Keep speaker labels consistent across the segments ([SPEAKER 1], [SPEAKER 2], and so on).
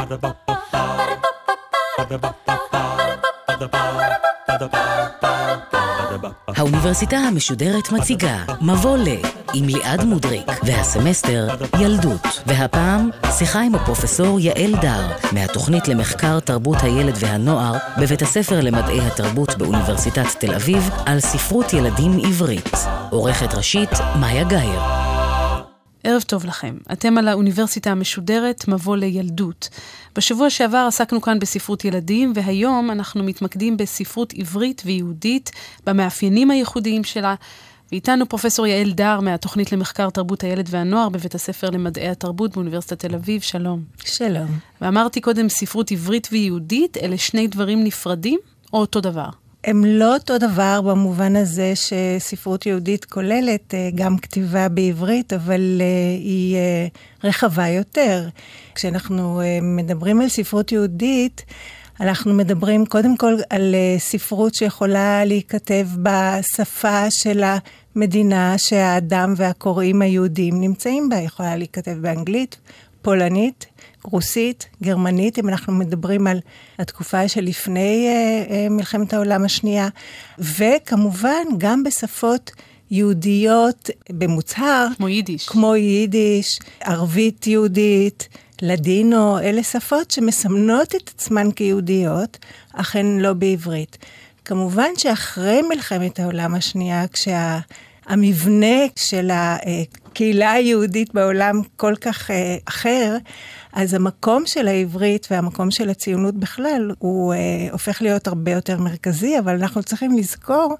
[SPEAKER 1] האוניברסיטה המשודרת מציגה מבוא ל עם ליעד מודריק והסמסטר ילדות, והפעם שיחה עם הפרופסור יעל דר מהתוכנית למחקר תרבות הילד והנוער בבית הספר למדעי התרבות באוניברסיטת תל אביב על ספרות ילדים עברית. עורכת ראשית מאיה גייר.
[SPEAKER 2] ערב טוב לכם. אתם על האוניברסיטה המשודרת מבוא לילדות. בשבוע שעבר עסקנו כאן בספרות ילדים, והיום אנחנו מתמקדים בספרות עברית ויהודית, במאפיינים הייחודיים שלה, ואיתנו פרופסור יעל דר מהתוכנית למחקר תרבות הילד והנוער בבית הספר למדעי התרבות באוניברסיטת תל אביב. שלום.
[SPEAKER 3] שלום.
[SPEAKER 2] ואמרתי קודם ספרות עברית ויהודית, אלה שני דברים נפרדים או אותו דבר?
[SPEAKER 3] הם לא אותו דבר במובן הזה שספרות יהודית כוללת גם כתיבה בעברית, אבל היא רחבה יותר. כשאנחנו מדברים על ספרות יהודית, אנחנו מדברים קודם כל על ספרות שיכולה להיכתב בשפה של המדינה שהאדם והקוראים היהודים נמצאים בה. יכולה להיכתב באנגלית, פולנית, רוסית, גרמנית, אם אנחנו מדברים על התקופה שלפני מלחמת העולם השנייה, וכמובן גם בשפות יהודיות במוצהר, כמו יידיש, ערבית יהודית, לדינו, אלה שפות שמסמנות את עצמן כיהודיות, אכן לא בעברית. כמובן שאחרי מלחמת העולם השנייה, כשהמבנה של הקהילה היהודית בעולם כל כך אחר, אז המקום של העברית והמקום של הציונות בכלל, הוא הופך להיות הרבה יותר מרכזי, אבל אנחנו צריכים לזכור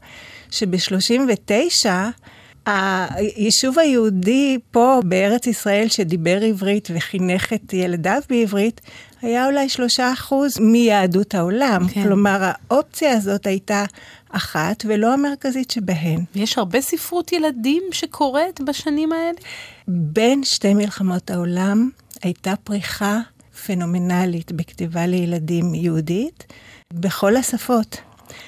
[SPEAKER 3] שב-39, היישוב היהודי פה בארץ ישראל שדיבר עברית וחינך את ילדיו בעברית, היה אולי 3% מיהדות העולם. כן. כלומר, האופציה הזאת הייתה אחת ולא המרכזית שבהן.
[SPEAKER 2] יש הרבה ספרות ילדים שקורית בשנים האלה?
[SPEAKER 3] בין שתי מלחמות העולם הייתה פריחה פנומנלית בכתיבה לילדים יהודית בכל השפות.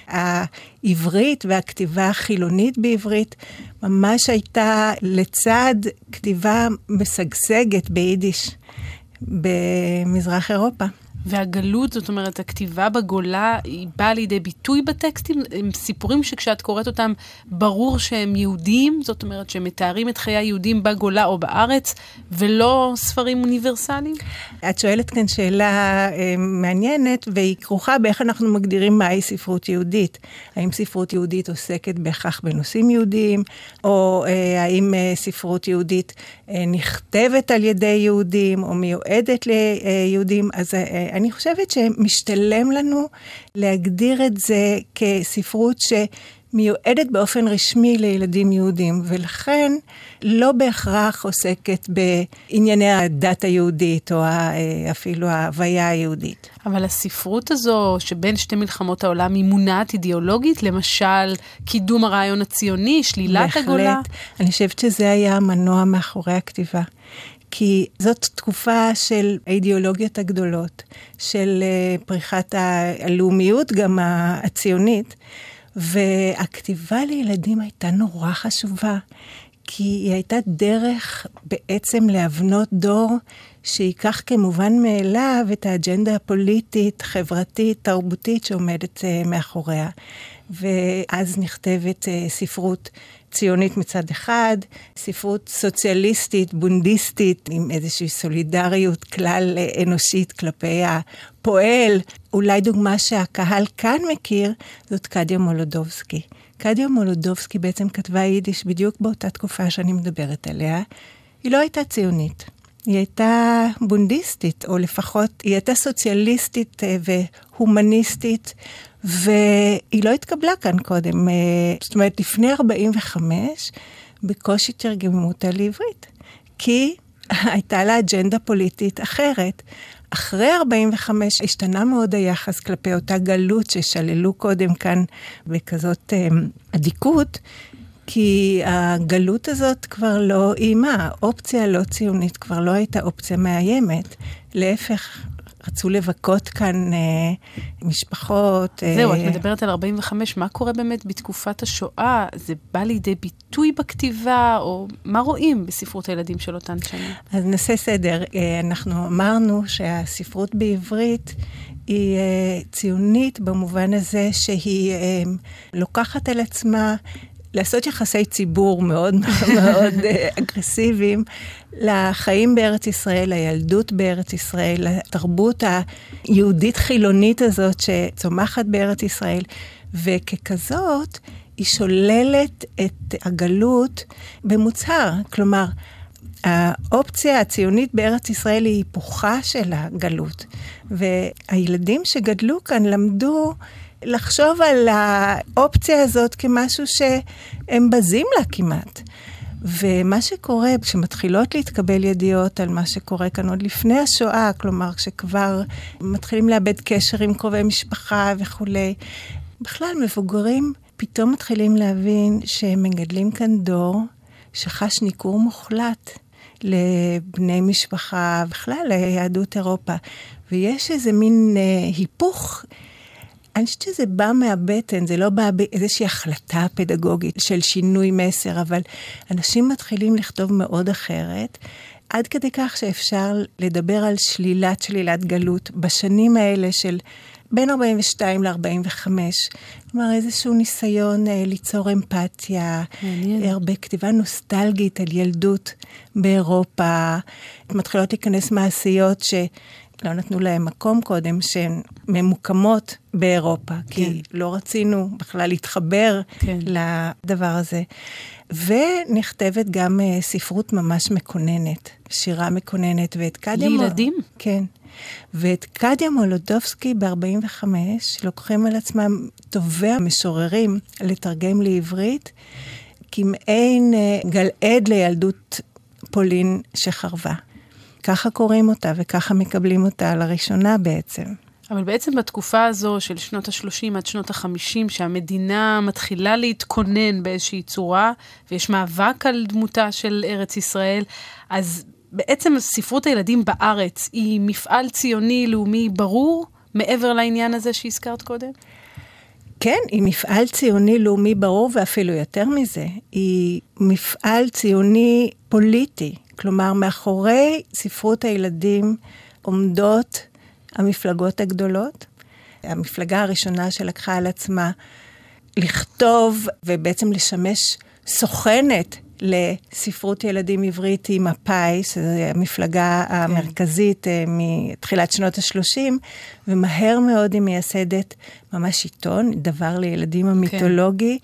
[SPEAKER 3] העברית והכתיבה החילונית בעברית ממש הייתה לצד כתיבה משגשגת ביידיש במזרח אירופה.
[SPEAKER 2] והגלות, זאת אומרת, הכתיבה בגולה, היא באה לידי ביטוי בטקסטים, הם סיפורים שכשאת קוראת אותם, ברור שהם יהודים, זאת אומרת, שהם מתארים את חיי היהודים בגולה או בארץ, ולא ספרים אוניברסליים?
[SPEAKER 3] את שואלת כאן שאלה מעניינת, והיא כרוכה באיך אנחנו מגדירים מהי ספרות יהודית. האם ספרות יהודית עוסקת בהכרח בנושאים יהודיים, או האם ספרות יהודית נכתבת על ידי יהודים, או מיועדת ליהודים? אז אני חושבת שמשתלם לנו להגדיר את זה כספרות שמיועדת באופן רשמי לילדים יהודים, ולכן לא בהכרח עוסקת בענייני הדת היהודית, או אפילו ההוויה היהודית.
[SPEAKER 2] אבל הספרות הזו שבין שתי מלחמות העולם היא מונעת אידיאולוגית, למשל קידום הרעיון הציוני, שלילת הגולה?
[SPEAKER 3] בהחלט. אני חושבת שזה היה המנוע מאחורי הכתיבה. כי זאת תקופה של האידיאולוגיות הגדולות, של פריחת הלאומיות גם הציונית, והכתיבה לילדים הייתה נורא חשובה, כי היא הייתה דרך בעצם להבנות דור שיקח כמובן מאליו את האג'נדה הפוליטית, חברתית, תרבותית שעומדת מאחוריה. ואז נכתבת ספרות ציונית מצד אחד, ספרות סוציאליסטית, בונדיסטית, עם איזושהי סולידריות כלל אנושית כלפי הפועל. אולי דוגמה שהקהל כאן מכיר, זאת קדיה מולודובסקי. קדיה מולודובסקי בעצם כתבה יידיש בדיוק באותה תקופה שאני מדברת עליה. היא לא הייתה ציונית. היא הייתה בונדיסטית, או לפחות היא הייתה סוציאליסטית והומניסטית, והיא לא התקבלה כאן קודם. זאת אומרת, לפני 45, בקושי תרגמו אותה לעברית, כי הייתה לה אג'נדה פוליטית אחרת. אחרי 45 השתנה מאוד היחס כלפי אותה גלות ששללו קודם כאן בכזאת עדיקות, כי הגלות הזאת כבר לא אימה, האופציה לא ציונית כבר לא הייתה אופציה מאיימת. להפך, רצו לבקות כאן משפחות.
[SPEAKER 2] זהו, את מדברת על 45, מה קורה באמת בתקופת השואה? זה בא לידי ביטוי בכתיבה, או מה רואים בספרות הילדים של אותן שנים?
[SPEAKER 3] אז נעשה סדר. אנחנו אמרנו שהספרות בעברית היא ציונית במובן הזה שהיא לוקחת על עצמה לעשות יחסי ציבור מאוד מאוד אגרסיביים לחיים בארץ ישראל, לילדות בארץ ישראל, לתרבות היהודית חילונית הזאת שצומחת בארץ ישראל, וככזאת היא שוללת את הגלות במוצהר. כלומר, האופציה הציונית בארץ ישראל היא היפוכה של הגלות, והילדים שגדלו כאן למדו לחשוב על האופציה הזאת כמשהו שהם בזים לה כמעט. ומה שקורה, כשמתחילות להתקבל ידיעות על מה שקורה כאן עוד לפני השואה, כלומר, כשכבר מתחילים לאבד קשר עם קרובי משפחה וכולי, בכלל מבוגרים פתאום מתחילים להבין שהם מגדלים כאן דור שחש ניכור מוחלט לבני משפחה, בכלל ליהדות אירופה. ויש איזה מין היפוך, אני חושבת שזה בא מהבטן, זה לא בא באיזושהי החלטה פדגוגית של שינוי מסר, אבל אנשים מתחילים לכתוב מאוד אחרת, עד כדי כך שאפשר לדבר על שלילת גלות בשנים האלה של בין 42 ל-45. כלומר, איזשהו ניסיון ליצור אמפתיה, הרבה כתיבה נוסטלגית על ילדות באירופה, מתחילות להיכנס מעשיות לא נתנו להם מקום קודם, שהן ממוקמות באירופה, כי לא רצינו בכלל להתחבר לדבר הזה. ונכתבת גם ספרות ממש מקוננת, שירה מקוננת, ואת קדיה...
[SPEAKER 2] לילדים?
[SPEAKER 3] כן. ואת קדיה מולודובסקי ב-45, לוקחים על עצמם טובי המשוררים לתרגם לעברית, כמעין גלעד לילדות פולין שחרבה. ככה קוראים אותה וככה מקבלים אותה לראשונה בעצם.
[SPEAKER 2] אבל בעצם בתקופה הזו של שנות ה-30 עד שנות ה-50, שהמדינה מתחילה להתכונן באיזושהי צורה, ויש מאבק על דמותה של ארץ ישראל, אז בעצם ספרות הילדים בארץ היא מפעל ציוני לאומי ברור, מעבר לעניין הזה שהזכרת קודם?
[SPEAKER 3] כן, היא מפעל ציוני לאומי ברור, ואפילו יותר מזה. היא מפעל ציוני פוליטי. כלומר, מאחורי ספרות הילדים עומדות המפלגות הגדולות. המפלגה הראשונה שלקחה על עצמה לכתוב ובעצם לשמש סוכנת לספרות ילדים עברית היא מפא"י, שזו המפלגה המרכזית מתחילת שנות ה-30, ומהר מאוד היא מייסדת ממש עיתון, דבר לילדים המיתולוגי,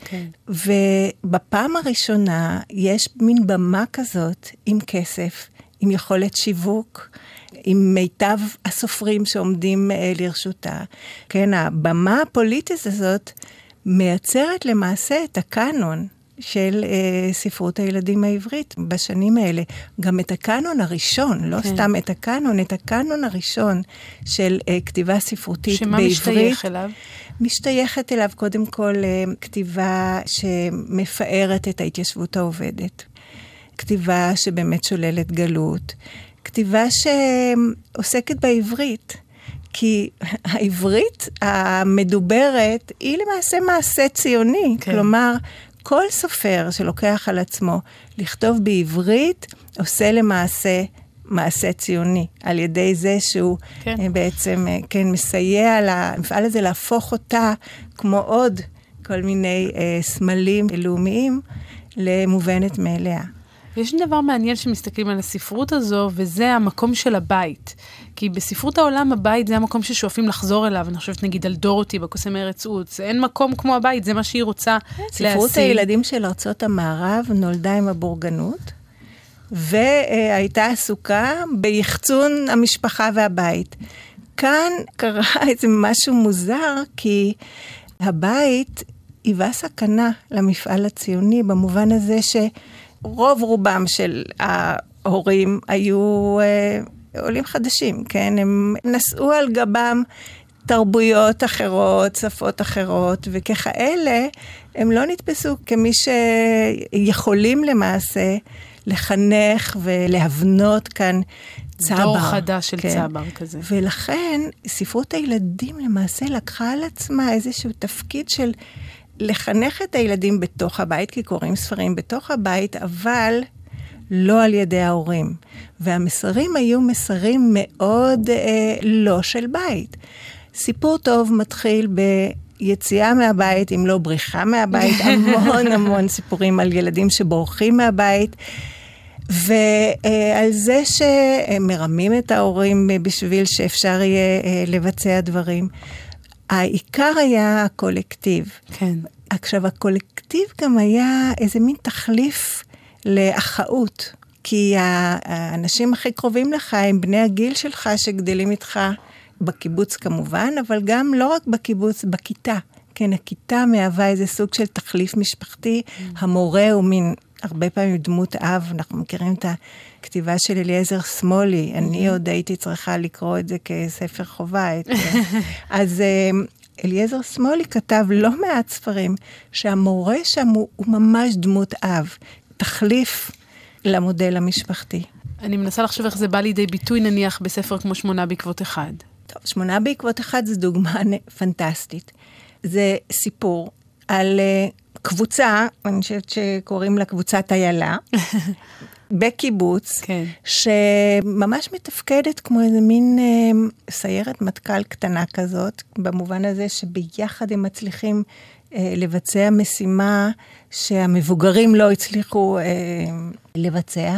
[SPEAKER 3] ובפעם הראשונה יש מין במה כזאת עם כסף, עם יכולת שיווק, עם מיטב הסופרים שעומדים לרשותה. כן, הבמה הפוליטית הזאת מייצרת למעשה את הקאנון של ספרות הילדים העברית בשנים האלה. גם את הקאנון הראשון, לא סתם את הקאנון, את הקאנון הראשון של כתיבה ספרותית בעברית.
[SPEAKER 2] שמה משתייך אליו?
[SPEAKER 3] משתייכת אליו קודם כל כתיבה שמפארת את ההתיישבות העובדת. כתיבה שבאמת שוללת גלות. כתיבה שעוסקת בעברית. כי העברית המדוברת היא למעשה מעשה ציוני. כלומר, כל סופר שלוקח על עצמו לכתוב בעברית, עושה למעשה מעשה ציוני, על ידי זה שהוא בעצם מסייע למפעל הזה להפוך אותה, כמו עוד כל מיני סמלים לאומיים, למובנת מאליה.
[SPEAKER 2] יש דבר מעניין שמסתכלים על הספרות הזו, וזה המקום של הבית. כי בספרות העולם הבית זה המקום ששואפים לחזור אליו. אני חושבת נגיד על דורותי בקוסם ארץ עוץ. אין מקום כמו הבית, זה מה שהיא רוצה להשיג.
[SPEAKER 3] ספרות הילדים של ארצות המערב נולדה עם הבורגנות, והייתה עסוקה ביחצון המשפחה והבית. כאן קרה איזה משהו מוזר, כי הבית היווה סכנה למפעל הציוני, במובן הזה רוב רובם של ההורים היו עולים חדשים, כן? הם נשאו על גבם תרבויות אחרות, שפות אחרות, וככאלה הם לא נתפסו כמי שיכולים למעשה לחנך ולהבנות כאן צבר.
[SPEAKER 2] דור חדש של צבר כזה.
[SPEAKER 3] ולכן ספרות הילדים למעשה לקחה על עצמה איזשהו תפקיד של לחנך את הילדים בתוך הבית, כי קוראים ספרים בתוך הבית, אבל לא על ידי ההורים. והמסרים היו מסרים מאוד לא של בית. סיפור טוב מתחיל ביציאה מהבית, אם לא בריחה מהבית, המון המון סיפורים על ילדים שבורחים מהבית, ועל זה שמרמים את ההורים בשביל שאפשר יהיה לבצע דברים. העיקר היה הקולקטיב.
[SPEAKER 2] כן.
[SPEAKER 3] עכשיו, הקולקטיב גם היה איזה מין תחליף לאחאות, כי האנשים הכי קרובים לך הם בני הגיל שלך שגדלים איתך בקיבוץ כמובן, אבל גם לא רק בקיבוץ, בכיתה. כן, הכיתה מהווה איזה סוג של תחליף משפחתי. המורה הוא מין, הרבה פעמים דמות אב, אנחנו מכירים את הכתיבה של אליעזר שמאלי, אני עוד הייתי צריכה לקרוא את זה כספר חובה. אז אליעזר שמאלי כתב לא מעט ספרים, שהמורה שם הוא ממש דמות אב, תחליף למודל המשפחתי.
[SPEAKER 2] אני מנסה לחשוב איך זה בא לידי ביטוי נניח בספר כמו 8 בעקבות אחד.
[SPEAKER 3] טוב, 8 בעקבות אחד זה דוגמה פנטסטית. זה סיפור על קבוצה, אני חושבת שקוראים לה קבוצת איילה, בקיבוץ, כן. שממש מתפקדת כמו איזה מין סיירת מטכ"ל קטנה כזאת, במובן הזה שביחד הם מצליחים לבצע משימה שהמבוגרים לא הצליחו לבצע,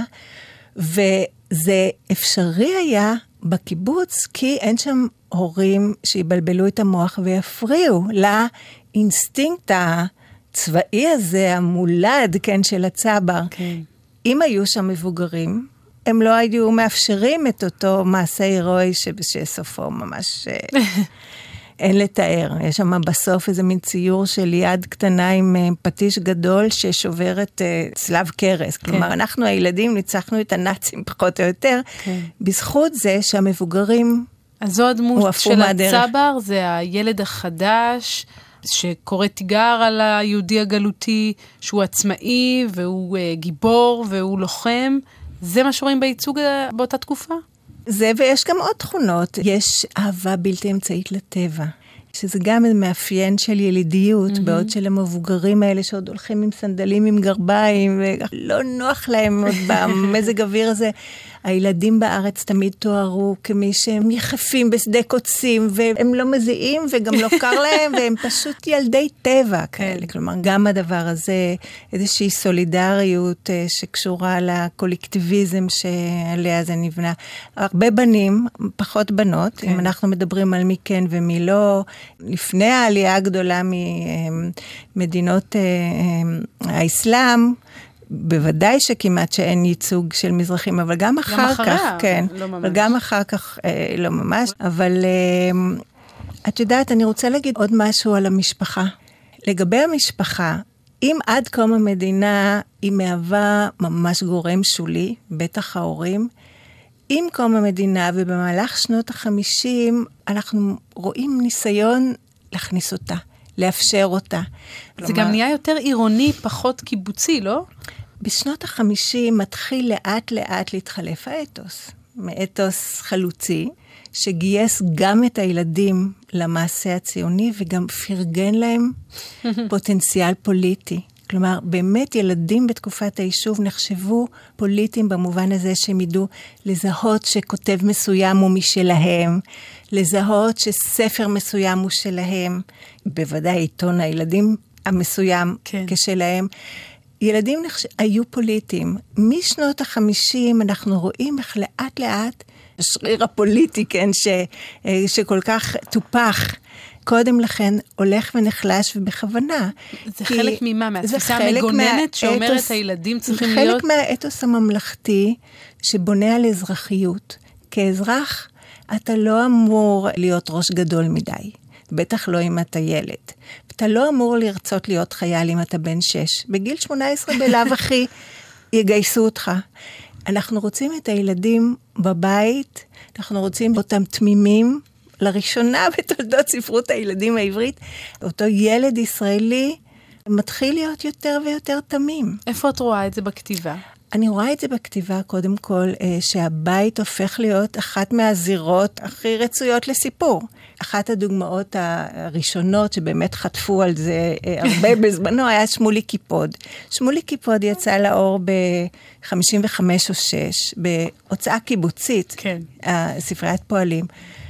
[SPEAKER 3] וזה אפשרי היה בקיבוץ, כי אין שם הורים שיבלבלו את המוח ויפריעו לאינסטינקט הצבאי הזה, המולד, כן, של הצבר. כן. אם היו שם מבוגרים, הם לא היו מאפשרים את אותו מעשה הירואי שסופו ממש אין לתאר. יש שם בסוף איזה מין ציור של יד קטנה עם פטיש גדול ששובר את צלב קרס. כן. כלומר, אנחנו הילדים ניצחנו את הנאצים פחות או יותר, כן. בזכות זה שהמבוגרים
[SPEAKER 2] אז זו הדמות של הצבר, זה הילד החדש שקורא תיגר על היהודי הגלותי, שהוא עצמאי והוא גיבור והוא לוחם. זה מה שרואים בייצוג באותה תקופה?
[SPEAKER 3] זה, ויש גם עוד תכונות. יש אהבה בלתי אמצעית לטבע, שזה גם מאפיין של ילידיות, בעוד של המבוגרים האלה שעוד הולכים עם סנדלים עם גרביים, ולא נוח להם עוד במזג אוויר הזה. הילדים בארץ תמיד תוארו כמי שהם יחפים בשדה קוצים, והם לא מזיעים וגם לא קר להם, והם פשוט ילדי טבע כאלה. כלומר, גם הדבר הזה, איזושהי סולידריות שקשורה לקולקטיביזם שעליה זה נבנה. הרבה בנים, פחות בנות, אם אנחנו מדברים על מי כן ומי לא, לפני העלייה הגדולה ממדינות האסלאם, בוודאי שכמעט שאין ייצוג של מזרחים, אבל גם אחר כך, כן,
[SPEAKER 2] לא ממש.
[SPEAKER 3] וגם אחר כך לא ממש, אבל את יודעת, אני רוצה להגיד עוד משהו על המשפחה. לגבי המשפחה, אם עד קום המדינה היא מהווה ממש גורם שולי, בטח ההורים, עם קום המדינה ובמהלך שנות ה-50, אנחנו רואים ניסיון להכניס אותה, לאפשר אותה.
[SPEAKER 2] זה גם נהיה יותר עירוני, פחות קיבוצי, לא?
[SPEAKER 3] בשנות ה-50 מתחיל לאט לאט להתחלף האתוס. מאתוס חלוצי, שגייס גם את הילדים למעשה הציוני, וגם פרגן להם פוטנציאל פוליטי. כלומר, באמת ילדים בתקופת היישוב נחשבו פוליטיים במובן הזה שהם ידעו לזהות שכותב מסוים הוא משלהם, לזהות שספר מסוים הוא שלהם, בוודאי עיתון הילדים המסוים כשלהם. ילדים היו פוליטיים. משנות ה-50 אנחנו רואים איך לאט לאט השריר הפוליטי, כן, שכל כך טופח, קודם לכן הולך ונחלש ובכוונה.
[SPEAKER 2] זה חלק ממה? מהתפיסה המגוננת שאומרת הילדים צריכים להיות?
[SPEAKER 3] זה חלק מהאתוס הממלכתי שבונה על אזרחיות. כאזרח אתה לא אמור להיות ראש גדול מדי. בטח לא אם אתה ילד. אתה לא אמור לרצות להיות חייל אם אתה בן 6. בגיל 18 בלב אחי יגייסו אותך. אנחנו רוצים את הילדים בבית, אנחנו רוצים אותם תמימים, לראשונה בתולדות ספרות הילדים העברית, אותו ילד ישראלי מתחיל להיות יותר ויותר תמים.
[SPEAKER 2] איפה את רואה את זה בכתיבה?
[SPEAKER 3] אני רואה את זה בכתיבה, קודם כל, שהבית הופך להיות אחת מהזירות הכי רצויות לסיפור. אחת הדוגמאות הראשונות שבאמת חטפו על זה הרבה בזמנו, היה שמולי קיפוד. שמולי קיפוד יצא לאור ב-55 או 6, בהוצאה קיבוצית, כן. ספריית פועלים.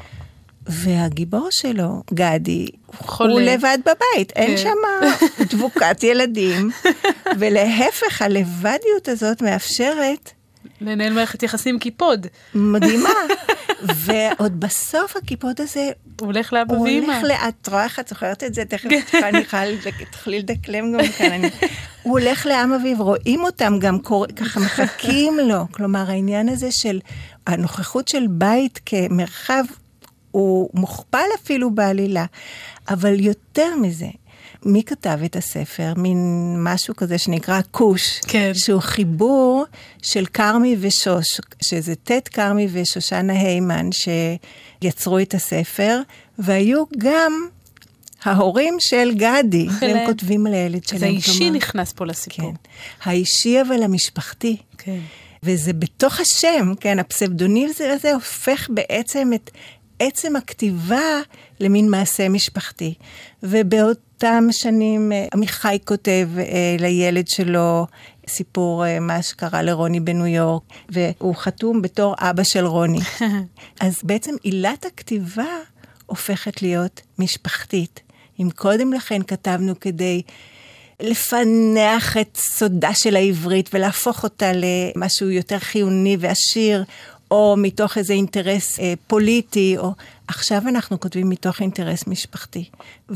[SPEAKER 3] והגיבור שלו, גדי, הוא לבד בבית, אין שם דבוקת ילדים, ולהפך, הלבדיות הזאת מאפשרת
[SPEAKER 2] לנהל מערכת יחסים קיפוד.
[SPEAKER 3] מדהימה. ועוד בסוף הקיפוד הזה,
[SPEAKER 2] הוא הולך לאבא ואמא.
[SPEAKER 3] הוא הולך את רואה איך את זוכרת את זה, תכף תוכלי לדקלם גם כאן. הוא הולך לעם אביב, רואים אותם גם, ככה מחכים לו. כלומר, העניין הזה של הנוכחות של בית כמרחב, הוא מוכפל אפילו בעלילה, אבל יותר מזה, מי כתב את הספר? מין משהו כזה שנקרא קוש, כן. שהוא חיבור של קרמי ושוש, שזה תת קרמי ושושנה היימן שיצרו את הספר, והיו גם ההורים של גדי, והם כותבים על הילד שלהם.
[SPEAKER 2] אז האישי נכנס פה לסיפור.
[SPEAKER 3] כן. האישי אבל המשפחתי. כן. וזה בתוך השם, כן, הפסבדוניזם הזה הופך בעצם את עצם הכתיבה למין מעשה משפחתי. ובאותם שנים עמיחי כותב לילד שלו סיפור מה שקרה לרוני בניו יורק, והוא חתום בתור אבא של רוני. אז בעצם עילת הכתיבה הופכת להיות משפחתית. אם קודם לכן כתבנו כדי לפנח את סודה של העברית ולהפוך אותה למשהו יותר חיוני ועשיר, או מתוך איזה אינטרס פוליטי, או עכשיו אנחנו כותבים מתוך אינטרס משפחתי.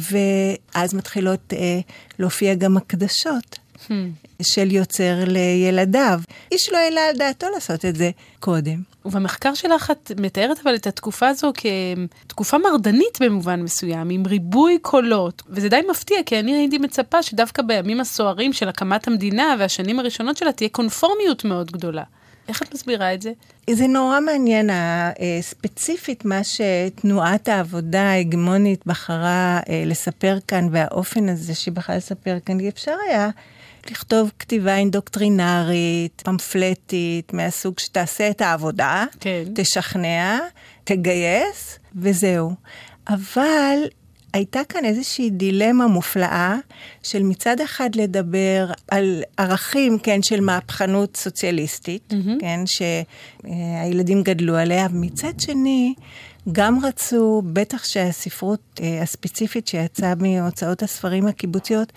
[SPEAKER 3] ואז מתחילות להופיע גם הקדשות של יוצר לילדיו. איש לא העלה על דעתו לעשות את זה קודם.
[SPEAKER 2] ובמחקר שלך את מתארת אבל את התקופה הזו כתקופה מרדנית במובן מסוים, עם ריבוי קולות, וזה די מפתיע, כי אני הייתי מצפה שדווקא בימים הסוערים של הקמת המדינה והשנים הראשונות שלה תהיה קונפורמיות מאוד גדולה. איך את מסבירה את זה?
[SPEAKER 3] זה נורא מעניין, ספציפית מה שתנועת העבודה ההגמונית בחרה לספר כאן, והאופן הזה שהיא בחרה לספר כאן, אפשר היה לכתוב כתיבה אינדוקטרינרית, פמפלטית, מהסוג שתעשה את העבודה, כן. תשכנע, תגייס, וזהו. אבל הייתה כאן איזושהי דילמה מופלאה, של מצד אחד לדבר על ערכים, כן, של מהפכנות סוציאליסטית, כן, שהילדים גדלו עליה, ומצד שני, גם רצו, בטח שהספרות הספציפית שיצאה מהוצאות הספרים הקיבוציות,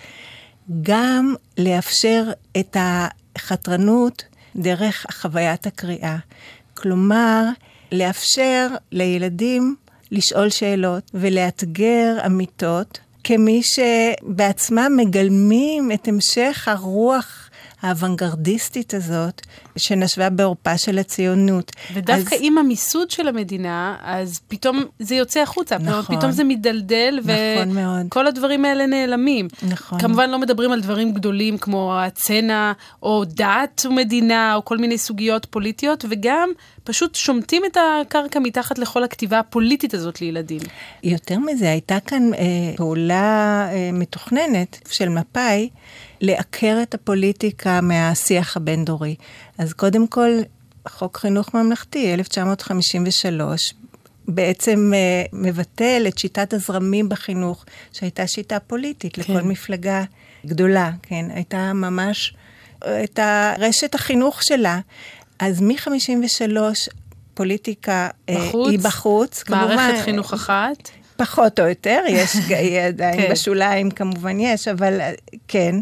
[SPEAKER 3] גם לאפשר את החתרנות דרך חוויית הקריאה. כלומר, לאפשר לילדים לשאול שאלות ולאתגר אמיתות, כמי שבעצמם מגלמים את המשך הרוח האוונגרדיסטית הזאת, שנשבה בעורפה של הציונות.
[SPEAKER 2] ודווקא עם המיסוד של המדינה, אז פתאום זה יוצא החוצה, נכון, פתאום זה מדלדל, נכון וכל הדברים האלה נעלמים. נכון. כמובן לא מדברים על דברים גדולים, כמו הצנע, או דת ומדינה, או כל מיני סוגיות פוליטיות, וגם פשוט שומטים את הקרקע מתחת לכל הכתיבה הפוליטית הזאת לילדים. יותר
[SPEAKER 3] מזה, הייתה כאן פעולה מתוכננת של מפאי, לעקר את הפוליטיקה מהשיח הבין-דורי. אז קודם כל, חוק חינוך ממלכתי, 1953, בעצם מבטל את שיטת הזרמים בחינוך, שהייתה שיטה פוליטית לכל מפלגה גדולה, כן? הייתה ממש את הרשת החינוך שלה. אז מ-53 פוליטיקה היא בחוץ.
[SPEAKER 2] מערכת חינוך אחת.
[SPEAKER 3] פחות או יותר, יש עדיין בשוליים כמובן יש, אבל כן.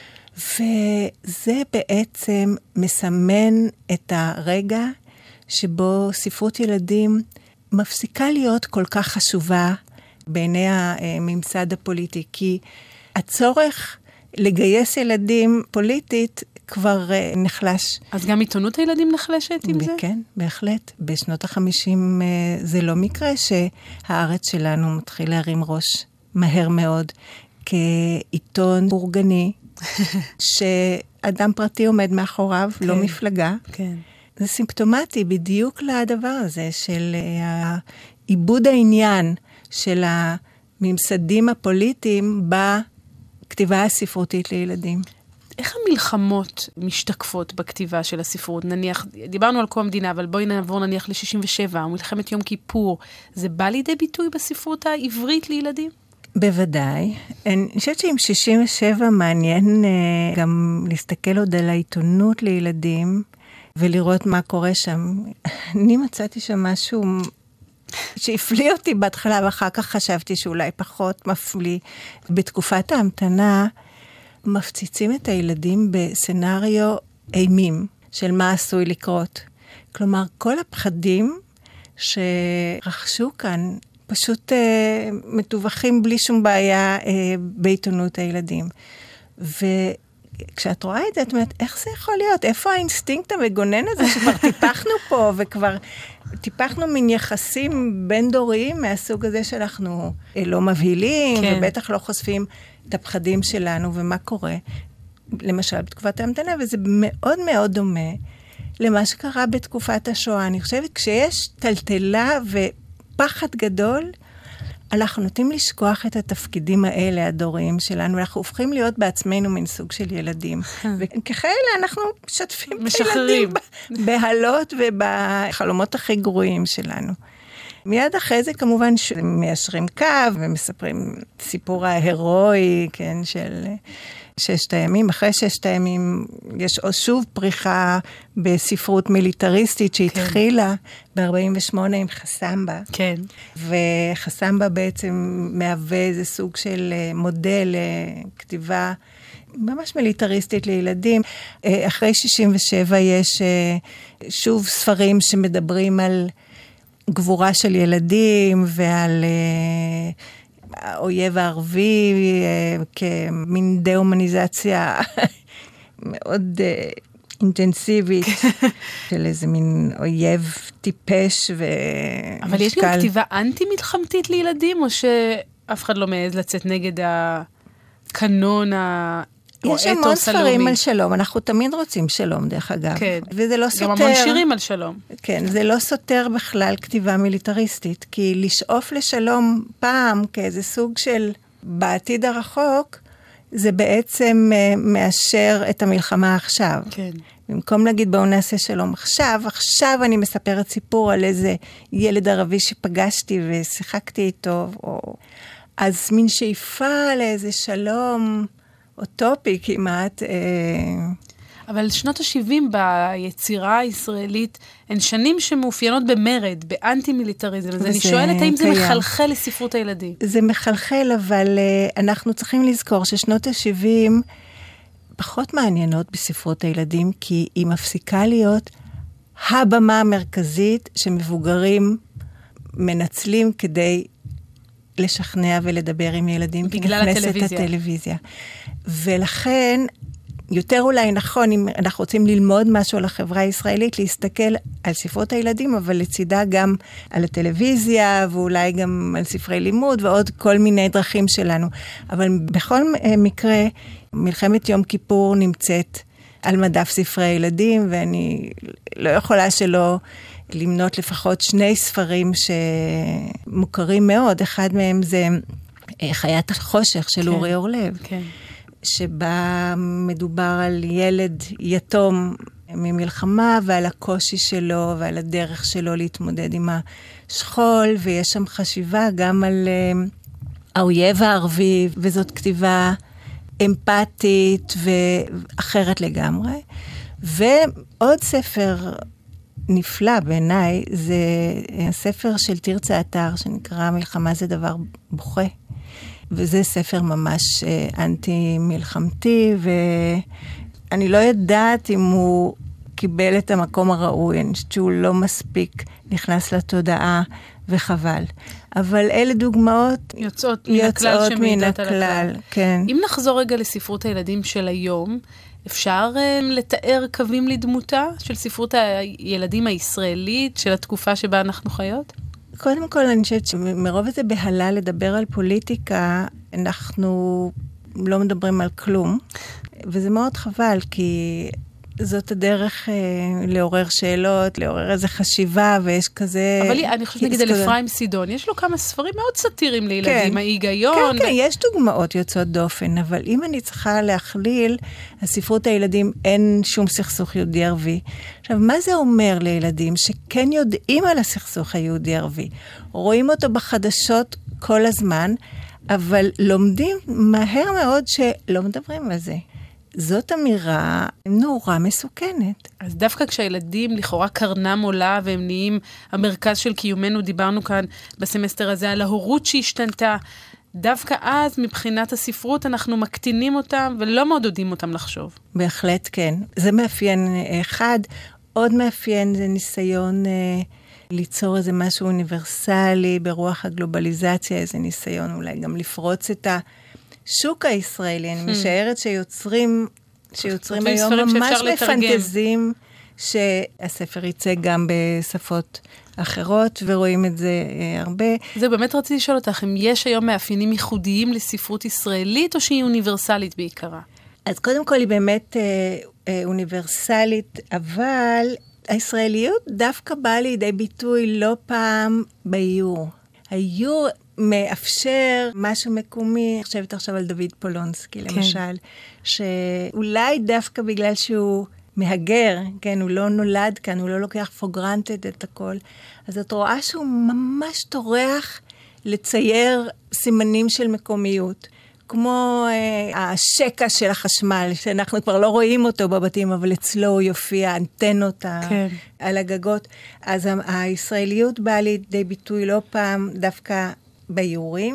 [SPEAKER 3] וזה בעצם מסמן את הרגע שבו ספרות ילדים מפסיקה להיות כל כך חשובה בעיני הממסד הפוליטי, כי הצורך לגייס ילדים פוליטית כבר נחלש.
[SPEAKER 2] אז גם עיתונות הילדים נחלשת עם זה?
[SPEAKER 3] כן, בהחלט. בשנות ה-50 זה לא מקרה שהארץ שלנו מתחיל להרים ראש מהר מאוד, כעיתון בורגני, שאדם פרטי עומד מאחוריו, כן. לא מפלגה. כן. זה סימפטומטי בדיוק לדבר הזה, של עיבוד העניין של הממסדים הפוליטיים בכתיבה הספרותית לילדים.
[SPEAKER 2] איך המלחמות משתקפות בכתיבה של הספרות? נניח, דיברנו על קום המדינה, אבל בואי נעבור נניח ל-67, או מלחמת יום כיפור. זה בא לידי ביטוי בספרות העברית לילדים?
[SPEAKER 3] בוודאי. אני חושבת שעם 67 מעניין גם להסתכל עוד על העיתונות לילדים, ולראות מה קורה שם. אני מצאתי שם משהו שהפליא אותי בהתחלה, ואחר כך חשבתי שאולי פחות מפליא. בתקופת ההמתנה, מפציצים את הילדים בסנריו אימים של מה עשוי לקרות. כלומר, כל הפחדים שרחשו כאן, פשוט מתווכים בלי שום בעיה בעיתונות הילדים. וכשאת רואה את זה, את אומרת, איך זה יכול להיות? איפה האינסטינקט המגונן הזה שכבר טיפחנו פה, וכבר טיפחנו מן יחסים בין דוריים מהסוג הזה שאנחנו לא מבהילים, כן. ובטח לא חושפים את הפחדים שלנו, ומה קורה, למשל בתקופת ההמתנה, וזה מאוד מאוד דומה למה שקרה בתקופת השואה. אני חושבת, כשיש טלטלה ופחד גדול, אנחנו נוטים לשכוח את התפקידים האלה, הדוריים שלנו, אנחנו הופכים להיות בעצמנו מן סוג של ילדים. וככאלה אנחנו משתפים את הילדים בהלות ובחלומות הכי גרועים שלנו. מיד אחרי זה כמובן מיישרים קו ומספרים סיפור ההירואי, כן, של 6 הימים. אחרי 6 הימים יש שוב פריחה בספרות מיליטריסטית שהתחילה ב-48 עם חסמבה.
[SPEAKER 2] כן.
[SPEAKER 3] וחסמבה בעצם מהווה איזה סוג של מודל כתיבה ממש מיליטריסטית לילדים. אחרי 67 יש שוב ספרים שמדברים על גבורה של ילדים ועל האויב הערבי כמין דה-הומניזציה מאוד אינטנסיבית של איזה מין אויב טיפש ומשקל.
[SPEAKER 2] אבל יש גם כתיבה אנטי-מלחמתית לילדים, או שאף אחד לא מעז לצאת נגד הקנון
[SPEAKER 3] יש המון ספרים על שלום, אנחנו תמיד רוצים שלום דרך אגב.
[SPEAKER 2] כן.
[SPEAKER 3] וזה לא סותר.
[SPEAKER 2] גם המון שירים על שלום.
[SPEAKER 3] כן, זה לא סותר בכלל כתיבה מיליטריסטית, כי לשאוף לשלום פעם כאיזה סוג של בעתיד הרחוק, זה בעצם מאשר את המלחמה עכשיו.
[SPEAKER 2] כן.
[SPEAKER 3] במקום להגיד בואו נעשה שלום עכשיו אני מספרת סיפור על איזה ילד ערבי שפגשתי ושיחקתי איתו, אז מין שאיפה לאיזה שלום אוטופי כמעט.
[SPEAKER 2] אבל שנות ה-70 ביצירה הישראלית הן שנים שמאופיינות במרד, באנטי-מיליטריזם. אז אני שואלת האם זה מחלחל לספרות הילדים.
[SPEAKER 3] זה מחלחל, אבל אנחנו צריכים לזכור ששנות ה-70 פחות מעניינות בספרות הילדים, כי היא מפסיקה להיות הבמה המרכזית שמבוגרים מנצלים כדי לשכנע ולדבר עם ילדים.
[SPEAKER 2] בגלל
[SPEAKER 3] הטלוויזיה. ולכן, יותר אולי נכון, אם אנחנו רוצים ללמוד משהו על החברה הישראלית, להסתכל על ספרות הילדים, אבל לצידה גם על הטלוויזיה, ואולי גם על ספרי לימוד, ועוד כל מיני דרכים שלנו. אבל בכל מקרה, מלחמת יום כיפור נמצאת על מדף ספרי הילדים, ואני לא יכולה שלא למנות לפחות 2 ספרים שמוכרים מאוד. אחד מהם זה חיית החושך של אורי אורלב.
[SPEAKER 2] כן.
[SPEAKER 3] שבה מדובר על ילד יתום ממלחמה, ועל הקושי שלו, ועל הדרך שלו להתמודד עם השכול, ויש שם חשיבה גם על האויב הערבי, וזאת כתיבה אמפתית ואחרת לגמרי. ועוד ספר נפלא בעיניי, זה הספר של תרצה אתר, שנקרא מלחמה זה דבר בוכה. וזה ספר ממש אנטי-מלחמתי, ואני לא יודעת אם הוא קיבל את המקום הראוי, אני חושבת שהוא לא מספיק נכנס לתודעה, וחבל. אבל אלה דוגמאות
[SPEAKER 2] יוצאות
[SPEAKER 3] מן הכלל. כן.
[SPEAKER 2] אם נחזור רגע לספרות הילדים של היום, אפשר לתאר קווים לדמותה של ספרות הילדים הישראלית, של התקופה שבה אנחנו חיות?
[SPEAKER 3] קודם כל, אני חושבת שמרוב איזה בהלה לדבר על פוליטיקה, אנחנו לא מדברים על כלום, וזה מאוד חבל, כי זאת הדרך לעורר שאלות, לעורר איזו חשיבה, ויש כזה...
[SPEAKER 2] אבל אני חושבת נגיד על אפרים סידון, יש לו כמה ספרים מאוד סאטיריים לילדים, ההיגיון.
[SPEAKER 3] כן, יש דוגמאות יוצאות דופן, אבל אם אני צריכה להכליל, הספרות הילדים אין שום סכסוך יהודי-ערבי. עכשיו, מה זה אומר לילדים שכן יודעים על הסכסוך היהודי-ערבי? רואים אותו בחדשות כל הזמן, אבל לומדים מהר מאוד שלא מדברים על זה. זאת אמירה נורא מסוכנת.
[SPEAKER 2] אז דווקא כשהילדים לכאורה קרנם עולה והם נהיים המרכז של קיומנו, דיברנו כאן בסמסטר הזה על ההורות שהשתנתה, דווקא אז מבחינת הספרות אנחנו מקטינים אותם ולא מעודדים אותם לחשוב.
[SPEAKER 3] בהחלט כן. זה מאפיין אחד. עוד מאפיין זה ניסיון ליצור איזה משהו אוניברסלי ברוח הגלובליזציה, איזה ניסיון אולי גם לפרוץ את השוק הישראלי. אני משערת שיוצרים היום ממש מפנטזים שהספר יצא גם בשפות אחרות, ורואים את זה הרבה.
[SPEAKER 2] זה באמת רציתי לשאול אותך, אם יש היום מאפיינים ייחודיים לספרות ישראלית, או שהיא אוניברסלית בעיקרה?
[SPEAKER 3] אז קודם כל היא באמת אוניברסלית, אבל הישראליות דווקא באה לידי ביטוי לא פעם באיור. האיור מאפשר משהו מקומי, אני חושבת עכשיו על דוד פולונסקי, למשל, שאולי דווקא בגלל שהוא מהגר, כן, הוא לא נולד כאן, הוא לא לוקח for granted את הכל, אז את רואה שהוא ממש טורח לצייר סימנים של מקומיות. כמו השקע של החשמל, שאנחנו כבר לא רואים אותו בבתים, אבל אצלו הוא יופיע, אנטנות על הגגות. אז הישראליות באה לידי ביטוי לא פעם דווקא באיורים,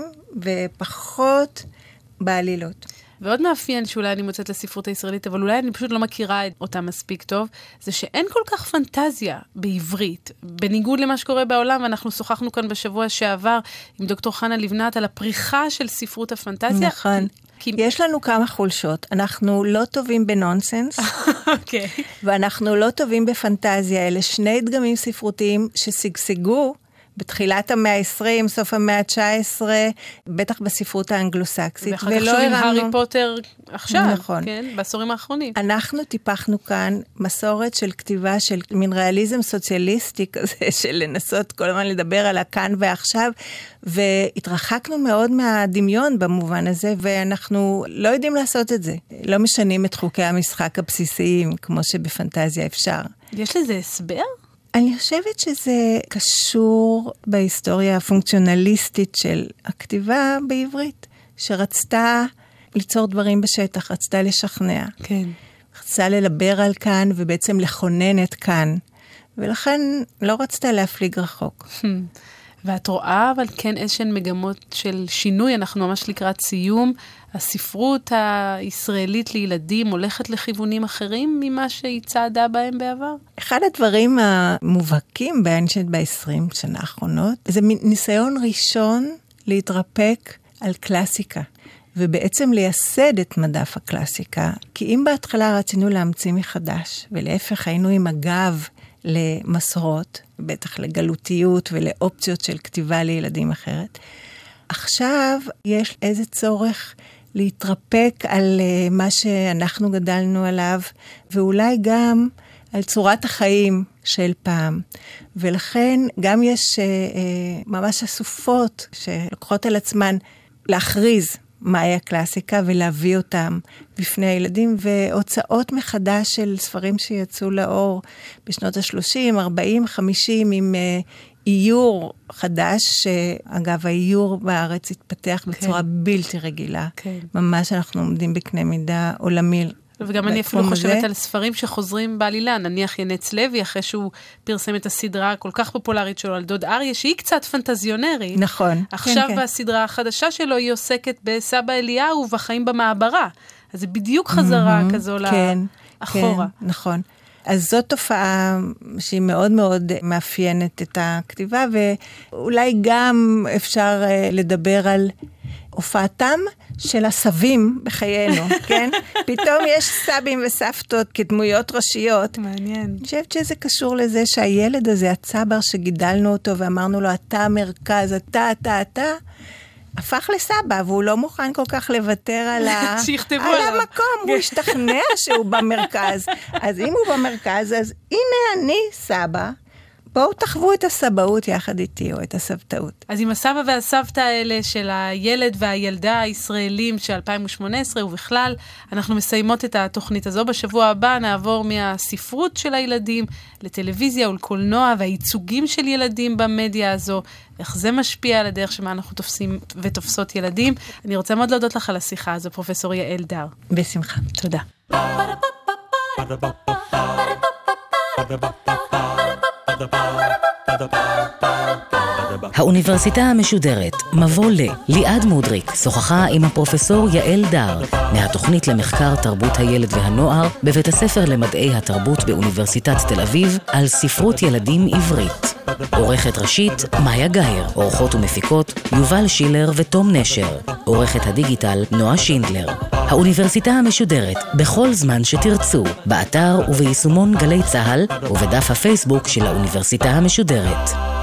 [SPEAKER 3] ופחות בעלילות.
[SPEAKER 2] ועוד מאפיין שאולי אני מוצאת לספרות הישראלית, אבל אולי אני פשוט לא מכירה אותה מספיק טוב, זה שאין כל כך פנטזיה בעברית. בניגוד למה שקורה בעולם, ואנחנו שוחחנו כאן בשבוע שעבר עם דוקטור חנה לבנת על הפריחה של ספרות הפנטזיה.
[SPEAKER 3] נכון. יש לנו כמה חולשות. אנחנו לא טובים בנונסנס, ואנחנו לא טובים בפנטזיה. אלה שני דגמים ספרותיים ששגשגו, בתחילת המאה ה-20, סוף המאה ה-19, בטח בספרות האנגלוסקסית.
[SPEAKER 2] ואחר כך שורים הארי פוטר עכשיו,
[SPEAKER 3] נכון.
[SPEAKER 2] כן? בעשורים האחרונים.
[SPEAKER 3] אנחנו טיפחנו כאן מסורת של כתיבה של מין ריאליזם סוציאליסטי כזה, של לנסות כל הזמן לדבר על הכאן ועכשיו, והתרחקנו מאוד מהדמיון במובן הזה, ואנחנו לא יודעים לעשות את זה. לא משנים את חוקי המשחק הבסיסיים, כמו שבפנטזיה אפשר.
[SPEAKER 2] יש לזה הסבר?
[SPEAKER 3] אני חושבת שזה קשור בהיסטוריה הפונקציונליסטית של הכתיבה בעברית, שרצתה ליצור דברים בשטח, רצתה לשכנע.
[SPEAKER 2] כן.
[SPEAKER 3] רצתה לדבר על כאן ובעצם לכונן את כאן, ולכן לא רצתה להפליג רחוק.
[SPEAKER 2] ואת רואה, אבל כן איזשהן מגמות של שינוי, אנחנו ממש לקראת סיום, הספרות הישראלית לילדים הולכת לכיוונים אחרים ממה שהיא צעדה בהם בעבר?
[SPEAKER 3] אחד הדברים המובהקים ב-20 שנה האחרונות, זה ניסיון ראשון להתרפק על קלאסיקה, ובעצם לייסד את מדף הקלאסיקה, כי אם בהתחלה רצינו להמציא מחדש, ולהפך היינו עם הגב למסורות, בטח לגלותיות ולאופציות של כתיבה לילדים אחרת, עכשיו יש איזה צורך להתרפק על מה שאנחנו גדלנו עליו, ואולי גם על צורת החיים של פעם. ולכן גם יש ממש אסופות שלוקחות על עצמן להכריז מהי הקלאסיקה ולהביא אותם בפני הילדים, והוצאות מחדש של ספרים שיצאו לאור בשנות ה-30, 40, 50 עם איור חדש, שאגב האיור בארץ התפתח בצורה בלתי רגילה. ממש אנחנו עומדים בקנה מידה עולמי.
[SPEAKER 2] וגם אני אפילו חושבת על ספרים שחוזרים בעלילה, נניח ינץ לוי, אחרי שהוא פרסם את הסדרה הכל כך פופולרית שלו על דוד אריה, שהיא קצת פנטזיונרית.
[SPEAKER 3] נכון.
[SPEAKER 2] עכשיו בסדרה החדשה שלו היא עוסקת בסבא אליהו ובחיים במעברה. אז זה בדיוק חזרה כזו לאחורה.
[SPEAKER 3] כן, נכון. אז זאת תופעה שהיא מאוד מאוד מאפיינת את הכתיבה, ואולי גם אפשר לדבר על הופעתם של הסבים בחיינו, כן? פתאום יש סבים וסבתות כדמויות ראשיות.
[SPEAKER 2] מעניין.
[SPEAKER 3] אני חושבת שזה קשור לזה שהילד הזה, הצבר שגידלנו אותו ואמרנו לו, אתה המרכז, אתה, הפך לסבא, והוא לא מוכן כל כך לוותר על המקום, הוא השתכנע שהוא במרכז. אז אם הוא במרכז, אז הנה אני סבא, בואו תחוו את הסבאות יחד איתי, או את הסבתאות.
[SPEAKER 2] אז עם הסבא והסבתא האלה של הילד והילדה הישראלים של 2018, ובכלל, אנחנו מסיימות את התוכנית הזו. בשבוע הבא נעבור מהספרות של הילדים לטלוויזיה ולקולנוע, והייצוגים של ילדים במדיה הזו, איך זה משפיע על הדרך שמה אנחנו תופסים ותופסות ילדים. אני רוצה מאוד להודות לך על השיחה הזו, פרופסור יעל דר.
[SPEAKER 3] בשמחה.
[SPEAKER 2] תודה.
[SPEAKER 1] האוניברסיטה המשודרת, מבוא ל. ליעד מודריק שוחחה עם הפרופסור יעל דר מהתוכנית למחקר תרבות הילד והנוער בבית הספר למדעי התרבות באוניברסיטת תל אביב על ספרות ילדים עברית. עורכת ראשית מאיה גאייר, עורכות ומפיקות יובל שילר ותום נשר, עורכת הדיגיטל נועה שינדלר. האוניברסיטה המשודרת בכל זמן שתרצו, באתר וביישומון גלי צהל ובדף הפייסבוק של האוניברסיטה המשודרת.